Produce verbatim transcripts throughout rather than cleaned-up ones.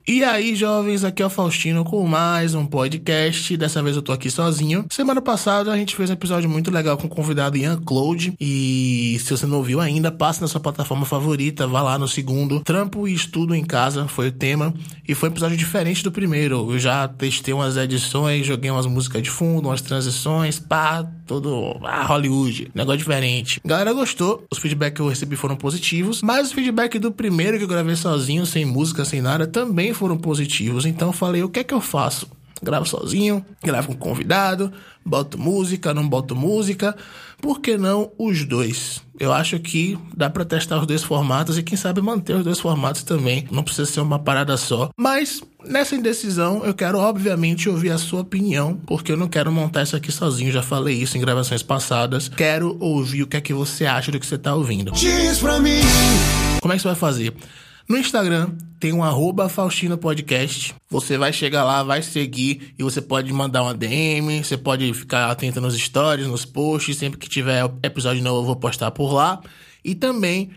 E aí, jovens, aqui é o Faustino com mais um podcast. Dessa vez eu tô aqui sozinho. Semana passada a gente fez um episódio muito legal com o convidado Ian Claude. E se você não ouviu ainda, passe na sua plataforma favorita, vá lá no segundo. Trampo e estudo em casa foi o tema. E foi um episódio diferente do primeiro. Eu já testei umas edições, joguei umas músicas de fundo, umas transições, pá, todo ah, Hollywood. Negócio diferente. A galera gostou, os feedbacks que eu recebi foram positivos. Mas o feedback do primeiro que eu gravei sozinho, sem música, sem nada, também foram positivos. Então eu falei, o que é que eu faço? Gravo sozinho, gravo com convidado, boto música, não boto música. Por que não os dois? Eu acho que dá pra testar os dois formatos e quem sabe manter os dois formatos também. Não precisa ser uma parada só. Mas nessa indecisão eu quero obviamente ouvir a sua opinião, porque eu não quero montar isso aqui sozinho. Já falei isso em gravações passadas. Quero ouvir o que é que você acha do que você tá ouvindo. Diz pra mim. Como é que você vai fazer? No Instagram tem um arroba Faustino Podcast. Você vai chegar lá, vai seguir e você pode mandar uma D M, você pode ficar atento nos stories, nos posts. Sempre que tiver episódio novo eu vou postar por lá. E também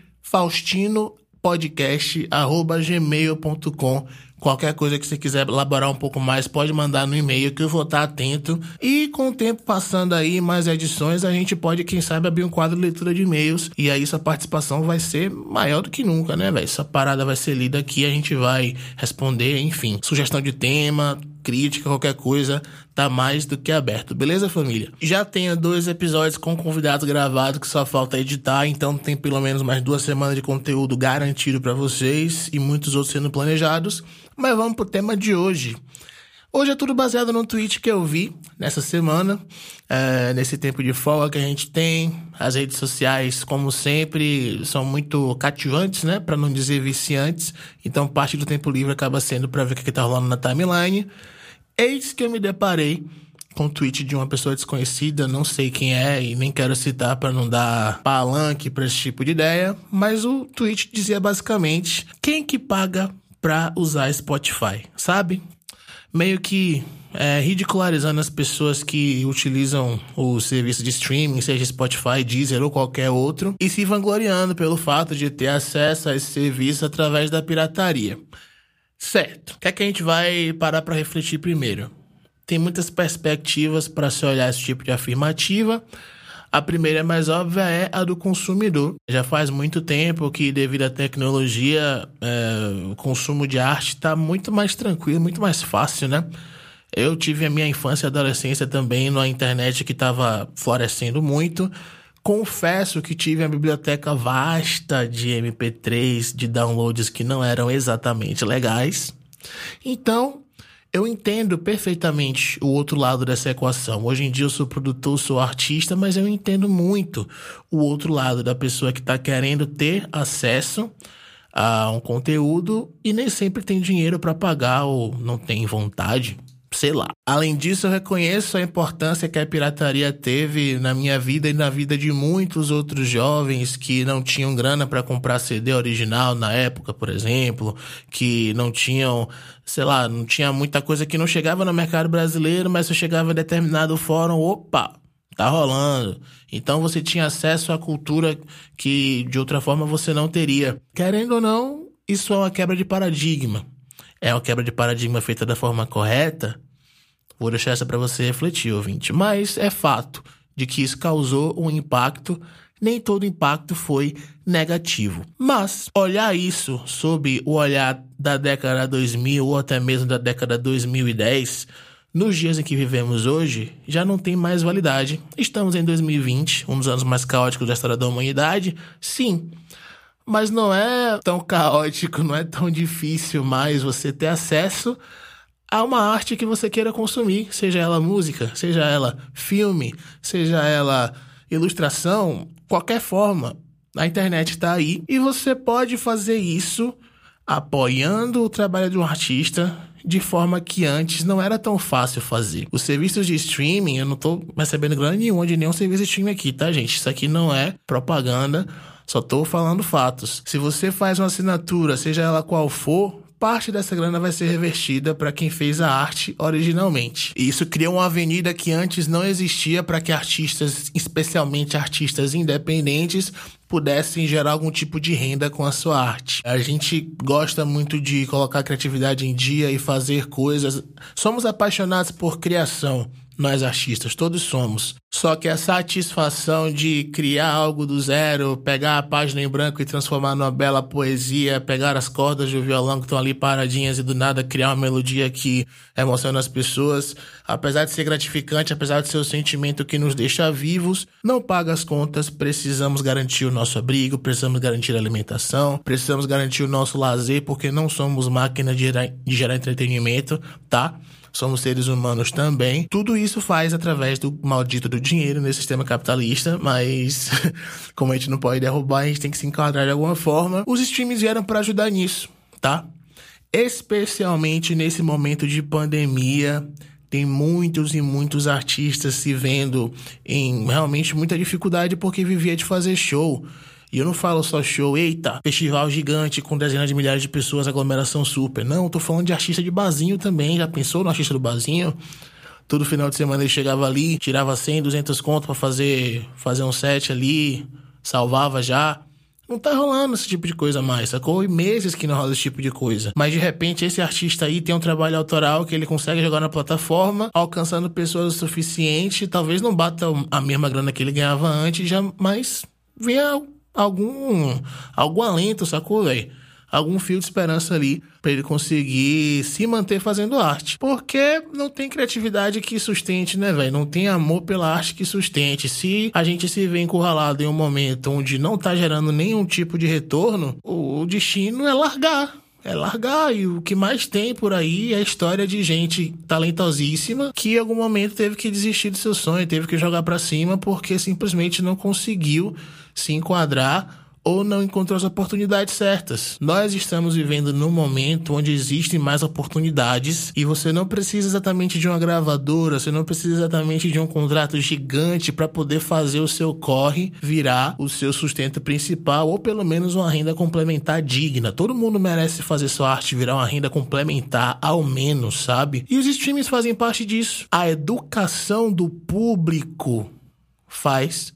faustinopodcast arroba gmail ponto com. Qualquer coisa que você quiser elaborar um pouco mais, pode mandar no e-mail que eu vou estar atento. E com o tempo passando aí, mais edições, a gente pode, quem sabe, abrir um quadro de leitura de e-mails. E aí sua participação vai ser maior do que nunca, né, velho? Essa parada vai ser lida aqui, a gente vai responder, enfim. Sugestão de tema, crítica, qualquer coisa, tá mais do que aberto. Beleza, família? Já tenho dois episódios com convidados gravados que só falta editar, então tem pelo menos mais duas semanas de conteúdo garantido pra vocês e muitos outros sendo planejados. Mas vamos pro tema de hoje. Hoje é tudo baseado no tweet que eu vi nessa semana, é, nesse tempo de folga que a gente tem. As redes sociais, como sempre, são muito cativantes, né? Pra não dizer viciantes. Então, parte do tempo livre acaba sendo pra ver o que tá rolando na timeline. Eis que eu me deparei com um tweet de uma pessoa desconhecida, não sei quem é e nem quero citar pra não dar palanque pra esse tipo de ideia. Mas o tweet dizia basicamente, quem que paga pra usar Spotify, sabe? Meio que é, ridicularizando as pessoas que utilizam o serviço de streaming, seja Spotify, Deezer ou qualquer outro, e se vangloriando pelo fato de ter acesso a esse serviço através da pirataria. Certo. O que é que a gente vai parar pra refletir primeiro? Tem muitas perspectivas para se olhar esse tipo de afirmativa. A primeira mais óbvia é a do consumidor. Já faz muito tempo que, devido à tecnologia, é, o consumo de arte está muito mais tranquilo, muito mais fácil, né? Eu tive a minha infância e adolescência também na internet que estava florescendo muito. Confesso que tive uma biblioteca vasta de M P três, de downloads que não eram exatamente legais. Então, eu entendo perfeitamente o outro lado dessa equação. Hoje em dia eu sou produtor, sou artista, mas eu entendo muito o outro lado da pessoa que está querendo ter acesso a um conteúdo e nem sempre tem dinheiro para pagar ou não tem vontade, sei lá. Além disso, eu reconheço a importância que a pirataria teve na minha vida e na vida de muitos outros jovens que não tinham grana para comprar C D original na época, por exemplo, que não tinham, sei lá, não tinha muita coisa que não chegava no mercado brasileiro, mas se chegava em determinado fórum, opa, tá rolando. Então você tinha acesso à cultura que de outra forma você não teria. Querendo ou não, isso é uma quebra de paradigma. É uma quebra de paradigma feita da forma correta. Vou deixar essa para você refletir, ouvinte. Mas é fato de que isso causou um impacto. Nem todo impacto foi negativo. Mas olhar isso sob o olhar da década dois mil ou até mesmo da década dois mil e dez, nos dias em que vivemos hoje, já não tem mais validade. Estamos em dois mil e vinte, um dos anos mais caóticos da história da humanidade. Sim, mas não é tão caótico, não é tão difícil mais você ter acesso a uma arte que você queira consumir, seja ela música, seja ela filme, seja ela ilustração, qualquer forma. A internet está aí e você pode fazer isso apoiando o trabalho de um artista de forma que antes não era tão fácil fazer. Os serviços de streaming, eu não tô recebendo grana nenhuma de nenhum serviço de streaming aqui, tá, gente? Isso aqui não é propaganda, só tô falando fatos. Se você faz uma assinatura, seja ela qual for, parte dessa grana vai ser revertida para quem fez a arte originalmente. E isso cria uma avenida que antes não existia para que artistas, especialmente artistas independentes, pudessem gerar algum tipo de renda com a sua arte. A gente gosta muito de colocar a criatividade em dia e fazer coisas. Somos apaixonados por criação. Nós artistas, todos somos. Só que a satisfação de criar algo do zero, pegar a página em branco e transformar numa bela poesia, pegar as cordas do violão que estão ali paradinhas e do nada criar uma melodia que emociona as pessoas, apesar de ser gratificante, apesar de ser o sentimento que nos deixa vivos, não paga as contas. Precisamos garantir o nosso abrigo, precisamos garantir a alimentação, precisamos garantir o nosso lazer, porque não somos máquina de gerar, de gerar entretenimento, tá? Somos seres humanos também. Tudo isso faz através do maldito do dinheiro nesse sistema capitalista, mas como a gente não pode derrubar, a gente tem que se enquadrar de alguma forma. Os streams vieram para ajudar nisso, tá? Especialmente nesse momento de pandemia, tem muitos e muitos artistas se vendo em realmente muita dificuldade porque vivia de fazer show. E eu não falo só show, eita, festival gigante com dezenas de milhares de pessoas, aglomeração super. Não, tô falando de artista de barzinho também. Já pensou no artista do barzinho? Todo final de semana ele chegava ali, tirava cem, duzentos conto pra fazer, fazer um set ali, salvava já. Não tá rolando esse tipo de coisa mais, sacou? E meses que não rola esse tipo de coisa. Mas de repente esse artista aí tem um trabalho autoral que ele consegue jogar na plataforma, alcançando pessoas o suficiente. Talvez não bata a mesma grana que ele ganhava antes, já, mas venha algum, algum alento, sacou, velho? Algum fio de esperança ali pra ele conseguir se manter fazendo arte. Porque não tem criatividade que sustente, né, velho? Não tem amor pela arte que sustente. Se a gente se vê encurralado em um momento onde não tá gerando nenhum tipo de retorno, o destino é largar. É largar, e o que mais tem por aí é a história de gente talentosíssima que em algum momento teve que desistir do seu sonho, teve que jogar pra cima porque simplesmente não conseguiu se enquadrar ou não encontrou as oportunidades certas. Nós estamos vivendo num momento onde existem mais oportunidades e você não precisa exatamente de uma gravadora, você não precisa exatamente de um contrato gigante para poder fazer o seu corre virar o seu sustento principal ou pelo menos uma renda complementar digna. Todo mundo merece fazer sua arte virar uma renda complementar, ao menos, sabe? E os streams fazem parte disso. A educação do público faz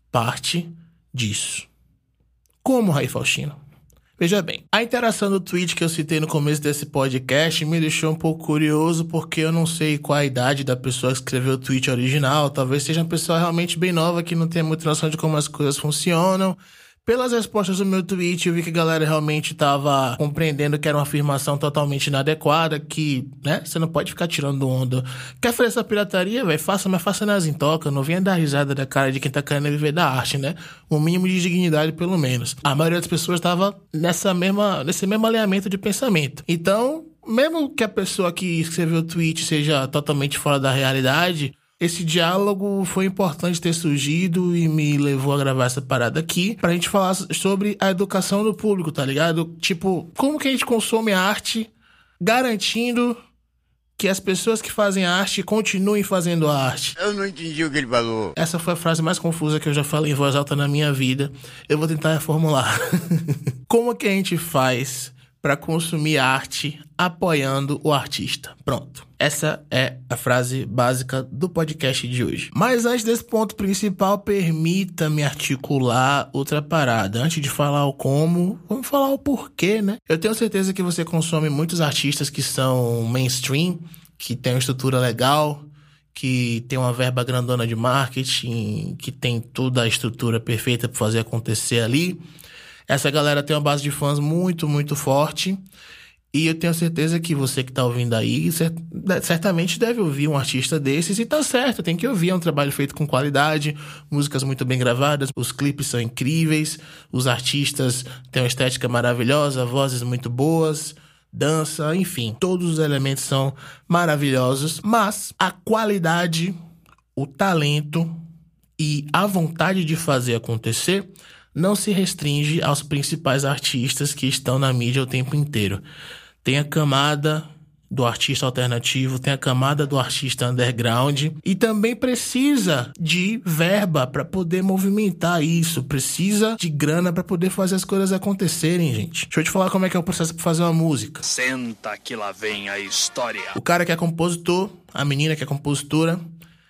parte disso. Como, Raí Faustino? Veja bem, a interação do tweet que eu citei no começo desse podcast me deixou um pouco curioso porque eu não sei qual a idade da pessoa que escreveu o tweet original. Talvez seja uma pessoa realmente bem nova que não tenha muita noção de como as coisas funcionam. Pelas respostas do meu tweet, eu vi que a galera realmente estava compreendendo que era uma afirmação totalmente inadequada, que, né, você não pode ficar tirando onda. Quer fazer essa pirataria, velho? Faça, mas faça nas intocas. Não venha dar risada da cara de quem tá querendo viver da arte, né? Um mínimo de dignidade, pelo menos. A maioria das pessoas estava nessa mesma, nesse mesmo alinhamento de pensamento. Então, mesmo que a pessoa que escreveu o tweet seja totalmente fora da realidade, esse diálogo foi importante ter surgido e me levou a gravar essa parada aqui pra gente falar sobre a educação do público, tá ligado? Tipo, como que a gente consome a arte garantindo que as pessoas que fazem a arte continuem fazendo a arte. Eu não entendi o que ele falou. Essa foi a frase mais confusa que eu já falei em voz alta na minha vida. Eu vou tentar reformular. Como que a gente faz para consumir arte apoiando o artista? Pronto. Essa é a frase básica do podcast de hoje. Mas antes desse ponto principal, permita-me articular outra parada. Antes de falar o como, vamos falar o porquê, né? Eu tenho certeza que você consome muitos artistas que são mainstream, que tem uma estrutura legal, que tem uma verba grandona de marketing, que tem toda a estrutura perfeita para fazer acontecer ali. Essa galera tem uma base de fãs muito, muito forte. E eu tenho certeza que você que tá ouvindo aí, certamente deve ouvir um artista desses. E tá certo, tem que ouvir. É um trabalho feito com qualidade, músicas muito bem gravadas, os clipes são incríveis, os artistas têm uma estética maravilhosa, vozes muito boas, dança, enfim. Todos os elementos são maravilhosos. Mas a qualidade, o talento e a vontade de fazer acontecer não se restringe aos principais artistas que estão na mídia o tempo inteiro. Tem a camada do artista alternativo, tem a camada do artista underground e também precisa de verba para poder movimentar isso, precisa de grana para poder fazer as coisas acontecerem, gente. Deixa eu te falar como é que é o processo para fazer uma música. Senta que lá vem a história. O cara que é compositor, a menina que é compositora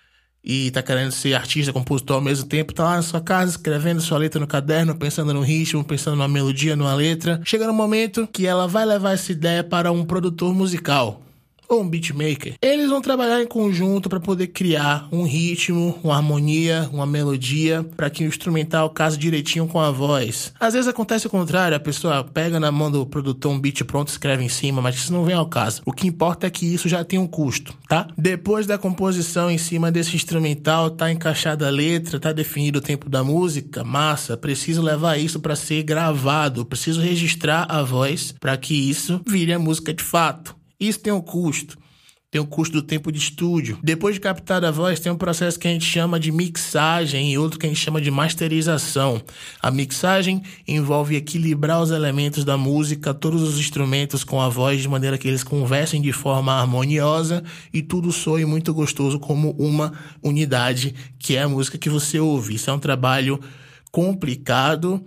e tá querendo ser artista, compositor ao mesmo tempo, tá lá na sua casa escrevendo sua letra no caderno, pensando no ritmo, pensando numa melodia, numa letra. Chega no momento que ela vai levar essa ideia para um produtor musical ou um beatmaker. Eles vão trabalhar em conjunto para poder criar um ritmo, uma harmonia, uma melodia, para que o instrumental case direitinho com a voz. Às vezes acontece o contrário, a pessoa pega na mão do produtor um beat pronto, escreve em cima, mas isso não vem ao caso. O que importa é que isso já tem um custo, tá? Depois da composição em cima desse instrumental, tá encaixada a letra, tá definido o tempo da música, massa, preciso levar isso para ser gravado, preciso registrar a voz para que isso vire a música de fato. Isso tem um custo, tem o custo do tempo de estúdio. Depois de captar a voz, tem um processo que a gente chama de mixagem e outro que a gente chama de masterização. A mixagem envolve equilibrar os elementos da música, todos os instrumentos com a voz, de maneira que eles conversem de forma harmoniosa e tudo soe muito gostoso como uma unidade, que é a música que você ouve. Isso é um trabalho complicado,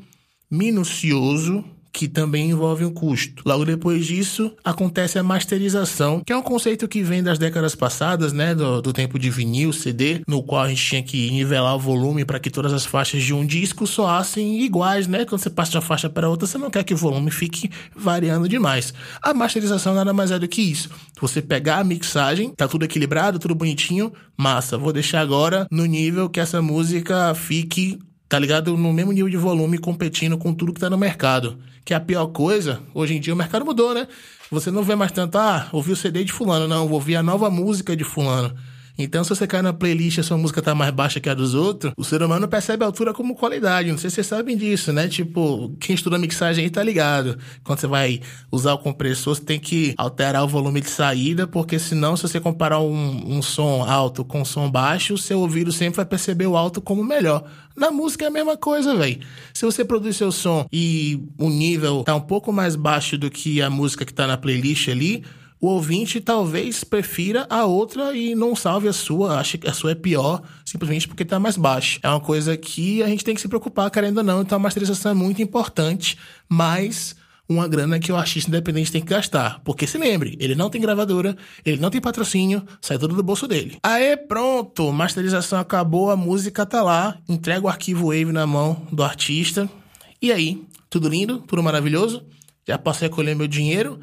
minucioso, que também envolve um custo. Logo depois disso, acontece a masterização, que é um conceito que vem das décadas passadas, né, do, do tempo de vinil, C D, no qual a gente tinha que nivelar o volume para que todas as faixas de um disco soassem iguais, né? Quando você passa de uma faixa para outra, você não quer que o volume fique variando demais. A masterização nada mais é do que isso. Você pegar a mixagem, tá tudo equilibrado, tudo bonitinho, massa. Vou deixar agora no nível que essa música fique, tá ligado? No mesmo nível de volume, competindo com tudo que tá no mercado. Que é a pior coisa, hoje em dia o mercado mudou, né? Você não vê mais tanto, ah, ouvi o C D de fulano, não, vou ouvir a nova música de fulano. Então, se você cai na playlist e a sua música tá mais baixa que a dos outros, o ser humano percebe a altura como qualidade. Não sei se vocês sabem disso, né? Tipo, quem estuda mixagem aí tá ligado. Quando você vai usar o compressor, você tem que alterar o volume de saída, porque senão, se você comparar um, um som alto com um som baixo, o seu ouvido sempre vai perceber o alto como melhor. Na música é a mesma coisa, velho. Se você produz seu som e o nível tá um pouco mais baixo do que a música que tá na playlist ali, o ouvinte talvez prefira a outra e não salve a sua, acha que a sua é pior, simplesmente porque tá mais baixa. É uma coisa que a gente tem que se preocupar, querendo ou não. Então a masterização é muito importante, mas uma grana que o artista independente tem que gastar. Porque se lembre, ele não tem gravadora, ele não tem patrocínio, sai tudo do bolso dele. Aê, pronto! Masterização acabou, a música tá lá, entrega o arquivo Wave na mão do artista. E aí? Tudo lindo? Tudo maravilhoso? Já posso recolher meu dinheiro?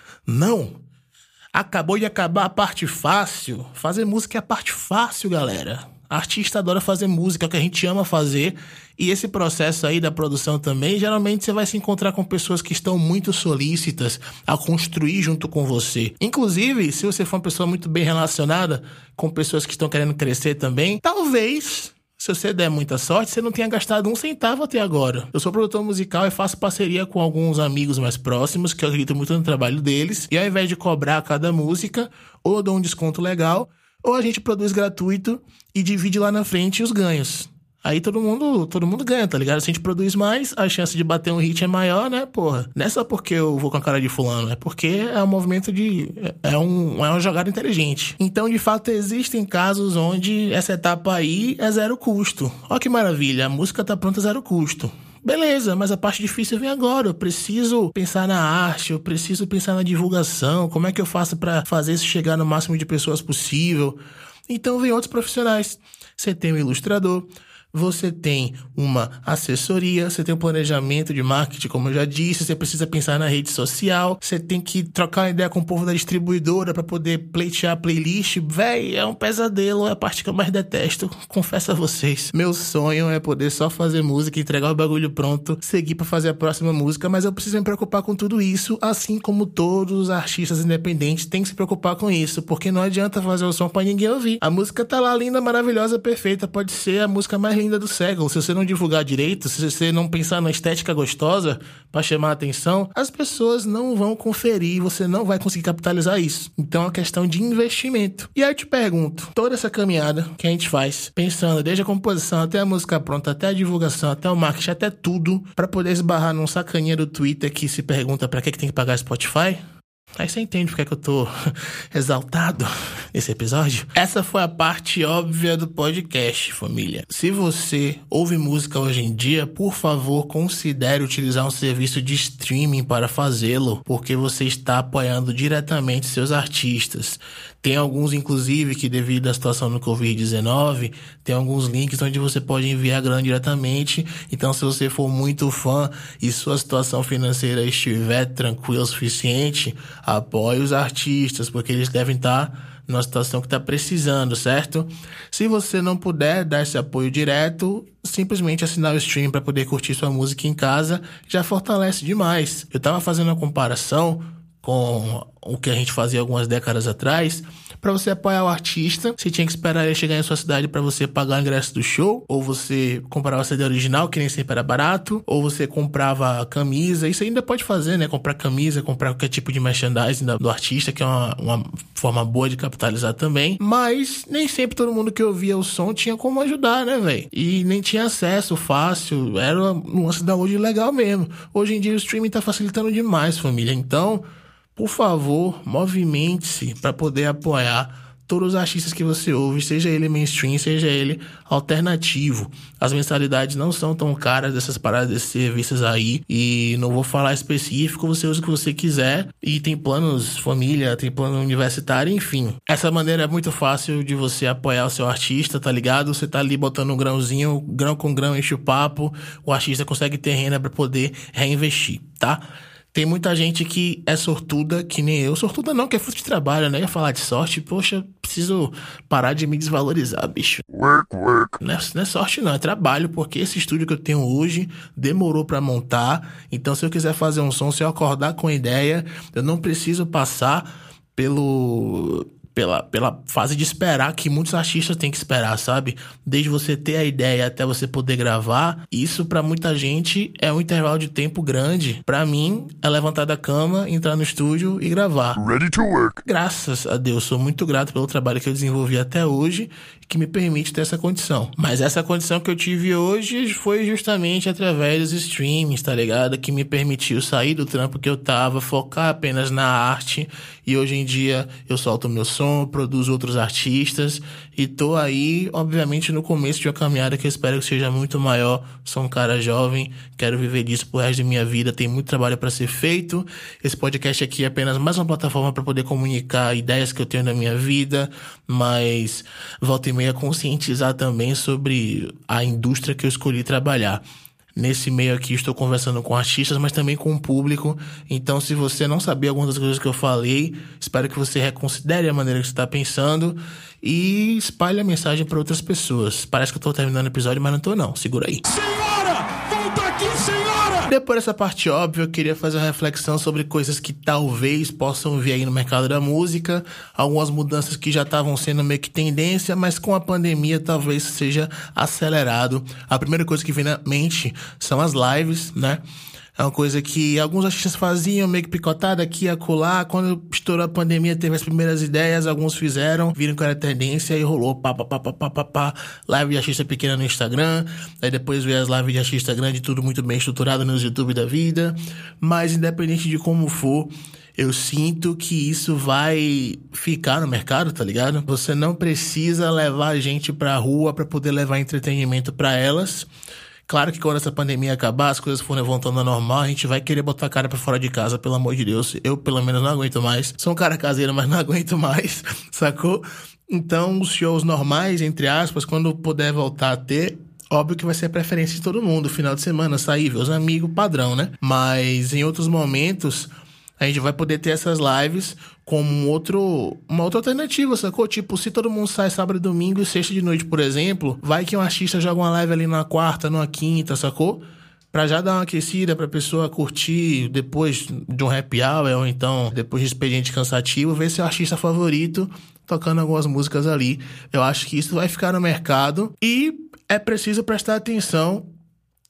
Não! Acabou de acabar a parte fácil. Fazer música é a parte fácil, galera. Artista adora fazer música, é o que a gente ama fazer. E esse processo aí da produção também, geralmente você vai se encontrar com pessoas que estão muito solícitas a construir junto com você. Inclusive, se você for uma pessoa muito bem relacionada com pessoas que estão querendo crescer também, talvez, se você der muita sorte, você não tenha gastado um centavo até agora. Eu sou produtor musical e faço parceria com alguns amigos mais próximos, que eu acredito muito no trabalho deles. E ao invés de cobrar cada música, ou eu dou um desconto legal, ou a gente produz gratuito e divide lá na frente os ganhos. Aí todo mundo, todo mundo ganha, tá ligado? Se a gente produz mais, a chance de bater um hit é maior, né, porra? Não é só porque eu vou com a cara de fulano, é porque é um movimento de... É, um, é uma jogada inteligente. Então, de fato, existem casos onde essa etapa aí é zero custo. Ó que maravilha, a música tá pronta a zero custo. Beleza, mas a parte difícil vem agora. Eu preciso pensar na arte, eu preciso pensar na divulgação, como é que eu faço pra fazer isso chegar no máximo de pessoas possível. Então, vem outros profissionais. Você tem um ilustrador, você tem uma assessoria, você tem um planejamento de marketing, como eu já disse, você precisa pensar na rede social, você tem que trocar uma ideia com o povo da distribuidora para poder pleitear a playlist. Véi, é um pesadelo, é a parte que eu mais detesto, confesso a vocês. Meu sonho é poder só fazer música, entregar o bagulho pronto, seguir para fazer a próxima música, mas eu preciso me preocupar com tudo isso, assim como todos os artistas independentes têm que se preocupar com isso, porque não adianta fazer o som para ninguém ouvir. A música tá lá linda, maravilhosa, perfeita, pode ser a música mais linda do século. Se você não divulgar direito, se você não pensar na estética gostosa para chamar a atenção, as pessoas não vão conferir, você não vai conseguir capitalizar isso. Então é uma questão de investimento. E aí eu te pergunto, toda essa caminhada que a gente faz, pensando desde a composição até a música pronta, até a divulgação, até o marketing, até tudo, para poder esbarrar num sacaninha do Twitter que se pergunta para que que tem que pagar Spotify? Aí você entende porque é que eu tô exaltado nesse episódio. Essa foi a parte óbvia do podcast, família. Se você ouve música hoje em dia, por favor, considere utilizar um serviço de streaming para fazê-lo, porque você está apoiando diretamente seus artistas. Tem alguns, inclusive, que devido à situação do covid dezenove, tem alguns links onde você pode enviar grana diretamente. Então, se você for muito fã e sua situação financeira estiver tranquila o suficiente, apoie os artistas, porque eles devem estar numa situação que está precisando, certo? Se você não puder dar esse apoio direto, simplesmente assinar o stream para poder curtir sua música em casa já fortalece demais. Eu estava fazendo uma comparação com o que a gente fazia algumas décadas atrás. Para você apoiar o artista, você tinha que esperar ele chegar em sua cidade para você pagar o ingresso do show, ou você comprava o C D original, que nem sempre era barato, ou você comprava camisa. Isso ainda pode fazer, né? Comprar camisa, comprar qualquer tipo de merchandising do artista, que é uma, uma forma boa de capitalizar também. Mas nem sempre todo mundo que ouvia o som tinha como ajudar, né, velho? E nem tinha acesso fácil. Era uma nuance da hoje legal mesmo. Hoje em dia o streaming tá facilitando demais, família. Então, por favor, movimente-se para poder apoiar todos os artistas que você ouve, seja ele mainstream, seja ele alternativo. As mensalidades não são tão caras dessas paradas, desses serviços aí, e não vou falar específico, você usa o que você quiser, e tem planos família, tem plano universitário, enfim. Essa maneira é muito fácil de você apoiar o seu artista, tá ligado? Você tá ali botando um grãozinho, grão com grão enche o papo, o artista consegue ter renda para poder reinvestir, tá? Tem muita gente que é sortuda, que nem eu. Sortuda não, que é fruto de trabalho, né? Eu ia falar de sorte, poxa, preciso parar de me desvalorizar, bicho. Work, work. Não é, não é sorte não, é trabalho, porque esse estúdio que eu tenho hoje demorou pra montar. Então, se eu quiser fazer um som, se eu acordar com a ideia, eu não preciso passar pelo... Pela, pela fase de esperar que muitos artistas têm que esperar, sabe? Desde você ter a ideia até você poder gravar, isso pra muita gente é um intervalo de tempo grande. Pra mim, é levantar da cama, entrar no estúdio e gravar. Ready to work. Graças a Deus, sou muito grato pelo trabalho que eu desenvolvi até hoje, que me permite ter essa condição. Mas essa condição que eu tive hoje foi justamente através dos streamings, tá ligado? Que me permitiu sair do trampo que eu tava, focar apenas na arte, e hoje em dia eu solto meu som, produzo outros artistas e tô aí, obviamente, no começo de uma caminhada que eu espero que seja muito maior. Sou um cara jovem, quero viver disso pro resto da minha vida, tem muito trabalho para ser feito. Esse podcast aqui é apenas mais uma plataforma para poder comunicar ideias que eu tenho na minha vida, mas volta e meia conscientizar também sobre a indústria que eu escolhi trabalhar. Nesse meio aqui estou conversando com artistas, mas também com o público. Então, se você não sabia algumas das coisas que eu falei, espero que você reconsidere a maneira que você está pensando e espalhe a mensagem para outras pessoas. Parece que eu estou terminando o episódio, mas não estou não. Segura aí. Senhora! Volta aqui, senhora! Depois dessa parte óbvia, eu queria fazer uma reflexão sobre coisas que talvez possam vir aí no mercado da música. Algumas mudanças que já estavam sendo meio que tendência, mas com a pandemia talvez seja acelerado. A primeira coisa que vem na mente são as lives, né? É uma coisa que alguns artistas faziam meio que picotada aqui e acolá. Quando estourou a pandemia, teve as primeiras ideias, alguns fizeram, viram que era tendência e rolou pá, pá, pá, pá, pá, pá, pá. Live de artista pequena no Instagram, aí depois veio as lives de artista grande, tudo muito bem estruturado nos YouTube da vida. Mas independente de como for, eu sinto que isso vai ficar no mercado, tá ligado? Você não precisa levar a gente pra rua pra poder levar entretenimento pra elas. Claro que quando essa pandemia acabar, as coisas forem voltando ao normal, a gente vai querer botar a cara pra fora de casa, pelo amor de Deus. Eu, pelo menos, não aguento mais. Sou um cara caseiro, mas não aguento mais, sacou? Então, os shows normais, entre aspas, quando puder voltar a ter, óbvio que vai ser a preferência de todo mundo. Final de semana, sair, ver os amigos, padrão, né? Mas em outros momentos, a gente vai poder ter essas lives como um outro, uma outra alternativa, sacou? Tipo, se todo mundo sai sábado, domingo e sexta de noite, por exemplo, vai que um artista joga uma live ali na quarta, numa quinta, sacou? Pra já dar uma aquecida, pra pessoa curtir depois de um happy hour, ou então depois de expediente cansativo, ver seu artista favorito tocando algumas músicas ali. Eu acho que isso vai ficar no mercado e é preciso prestar atenção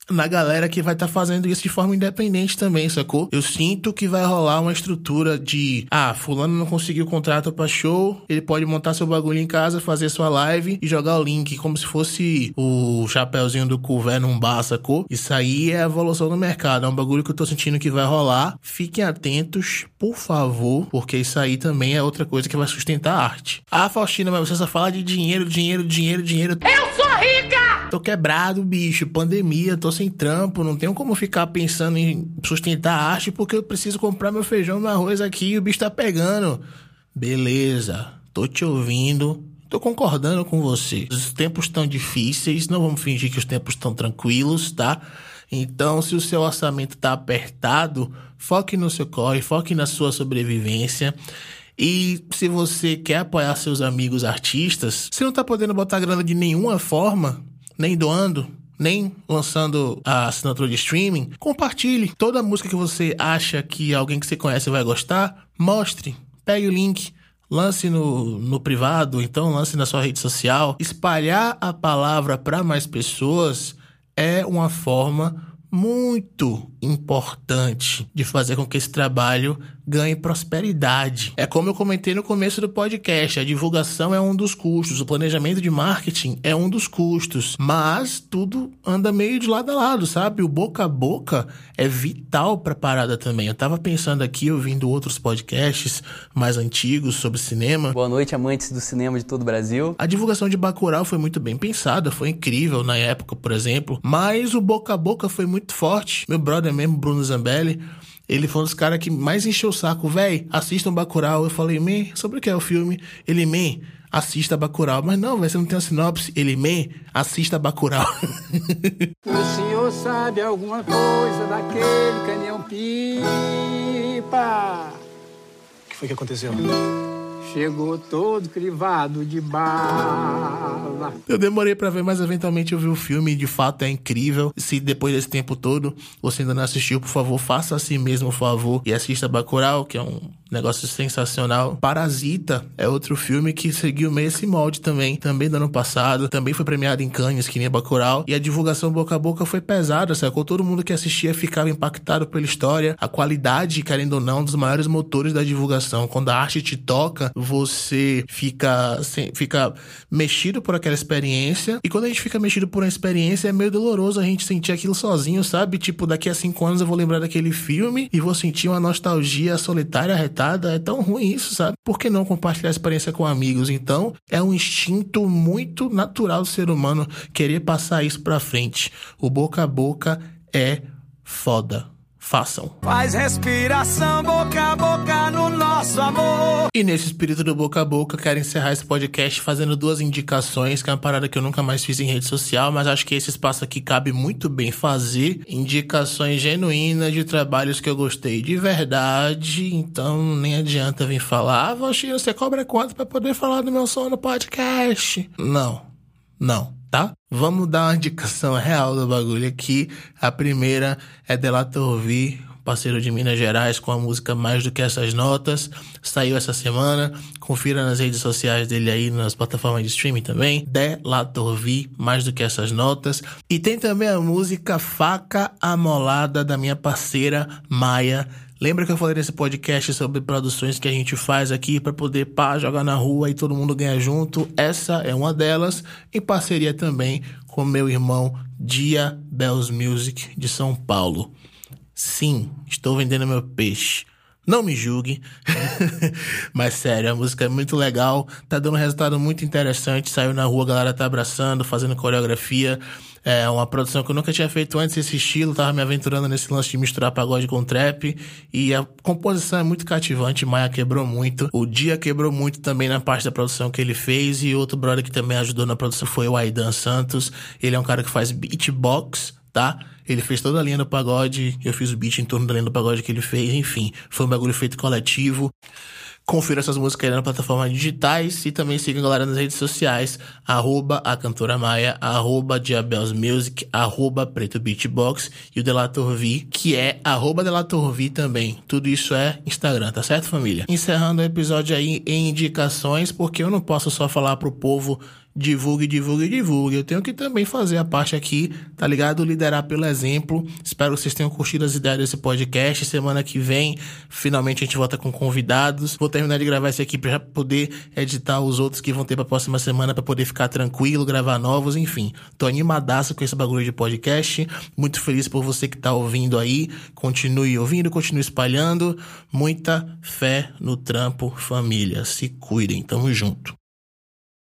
na galera que vai estar tá fazendo isso de forma independente também, sacou? Eu sinto que vai rolar uma estrutura de, ah, fulano não conseguiu contrato pra show, ele pode montar seu bagulho em casa, fazer sua live e jogar o link, como se fosse o chapeuzinho do Cuvé num bar, sacou? Isso aí é a evolução do mercado, é um bagulho que eu tô sentindo que vai rolar. Fiquem atentos, por favor, porque isso aí também é outra coisa que vai sustentar a arte. Ah, Faustina, mas você só fala de dinheiro, dinheiro, dinheiro, dinheiro. Eu sou rica! Tô quebrado, bicho, pandemia, tô sem trampo, não tenho como ficar pensando em sustentar a arte porque eu preciso comprar meu feijão no arroz aqui e o bicho tá pegando. Beleza, tô te ouvindo, tô concordando com você. Os tempos estão difíceis, não vamos fingir que os tempos estão tranquilos, tá? Então, se o seu orçamento tá apertado, foque no seu corre, foque na sua sobrevivência. E se você quer apoiar seus amigos artistas, se não tá podendo botar grana de nenhuma forma, nem doando, nem lançando a assinatura de streaming, compartilhe. Toda música que você acha que alguém que você conhece vai gostar, mostre, pegue o link, lance no, no privado, então lance na sua rede social. Espalhar a palavra para mais pessoas é uma forma muito importante de fazer com que esse trabalho ganhe prosperidade. É como eu comentei no começo do podcast, a divulgação é um dos custos, o planejamento de marketing é um dos custos, mas tudo anda meio de lado a lado, sabe? O boca a boca é vital pra parada também. Eu tava pensando aqui, ouvindo outros podcasts mais antigos sobre cinema. Boa noite, amantes do cinema de todo o Brasil. A divulgação de Bacurau foi muito bem pensada, foi incrível na época, por exemplo, mas o boca a boca foi muito forte. Meu brother mesmo, Bruno Zambelli, ele foi um dos caras que mais encheu o saco. Véi, assistam Bacurau. Eu falei, man, sobre o que é o filme? Ele, man, assista Bacurau. Mas não, véi, você não tem a sinopse. Ele, man, assista Bacurau. O senhor sabe alguma coisa daquele canhão pipa? O que foi que aconteceu? Chegou todo crivado de bala. Eu demorei pra ver, mas eventualmente eu vi o filme e de fato é incrível. Se depois desse tempo todo você ainda não assistiu, por favor, faça a si mesmo o favor e assista Bacurau, que é um negócio sensacional. Parasita é outro filme que seguiu meio esse molde também, também do ano passado, também foi premiado em Cannes, que nem Bacurau, e a divulgação boca a boca foi pesada, sacou? Todo mundo que assistia ficava impactado pela história, a qualidade, querendo ou não, dos maiores motores da divulgação. Quando a arte te toca, você fica, fica mexido por aquela experiência, e quando a gente fica mexido por uma experiência, é meio doloroso a gente sentir aquilo sozinho, sabe? Tipo, daqui a cinco anos eu vou lembrar daquele filme e vou sentir uma nostalgia solitária, retada. É tão ruim isso, sabe? Por que não compartilhar a experiência com amigos? Então, é um instinto muito natural do ser humano querer passar isso pra frente. O boca a boca é foda. Façam. Faz respiração boca a boca no nosso amor. E nesse espírito do boca a boca, quero encerrar esse podcast fazendo duas indicações, que é uma parada que eu nunca mais fiz em rede social, mas acho que esse espaço aqui cabe muito bem fazer. Indicações genuínas de trabalhos que eu gostei de verdade, então nem adianta vir falar, ah, Valchino, você cobra quanto pra poder falar do meu som no podcast? Não, não. Tá? Vamos dar uma indicação real do bagulho aqui. A primeira é Delator V, parceiro de Minas Gerais, com a música Mais Do Que Essas Notas. Saiu essa semana. Confira nas redes sociais dele aí, nas plataformas de streaming também. Delator V, Mais Do Que Essas Notas. E tem também a música Faca Amolada, da minha parceira Maia. Lembra que eu falei nesse podcast sobre produções que a gente faz aqui para poder pá, jogar na rua e todo mundo ganha junto? Essa é uma delas, em parceria também com meu irmão Dia Bells Music de São Paulo. Sim, estou vendendo meu peixe. Não me julgue, mas sério, a música é muito legal, tá dando um resultado muito interessante, saiu na rua, a galera tá abraçando, fazendo coreografia, é uma produção que eu nunca tinha feito antes esse estilo, tava me aventurando nesse lance de misturar pagode com trap, e a composição é muito cativante, Maia quebrou muito, o Dia quebrou muito também na parte da produção que ele fez, e outro brother que também ajudou na produção foi o Aidan Santos, ele é um cara que faz beatbox, tá? Ele fez toda a linha do pagode, eu fiz o beat em torno da linha do pagode que ele fez, enfim, foi um bagulho feito coletivo. Confira essas músicas aí nas plataformas digitais e também siga a galera nas redes sociais, arroba a cantora Maia, arroba Diabels Music, arroba Preto Beatbox e o Delator V, que é arroba Delator V também. Tudo isso é Instagram, tá certo, família? Encerrando o episódio aí em indicações, porque eu não posso só falar pro povo divulgue, divulgue, divulgue. Eu tenho que também fazer a parte aqui, tá ligado? Liderar pelo exemplo. Espero que vocês tenham curtido as ideias desse podcast. Semana que vem, finalmente a gente volta com convidados. Vou terminar de gravar esse aqui pra poder editar os outros que vão ter pra próxima semana, pra poder ficar tranquilo, gravar novos, enfim. Tô animadaço com esse bagulho de podcast. Muito feliz por você que tá ouvindo aí. Continue ouvindo, continue espalhando. Muita fé no trampo, família. Se cuidem, tamo junto.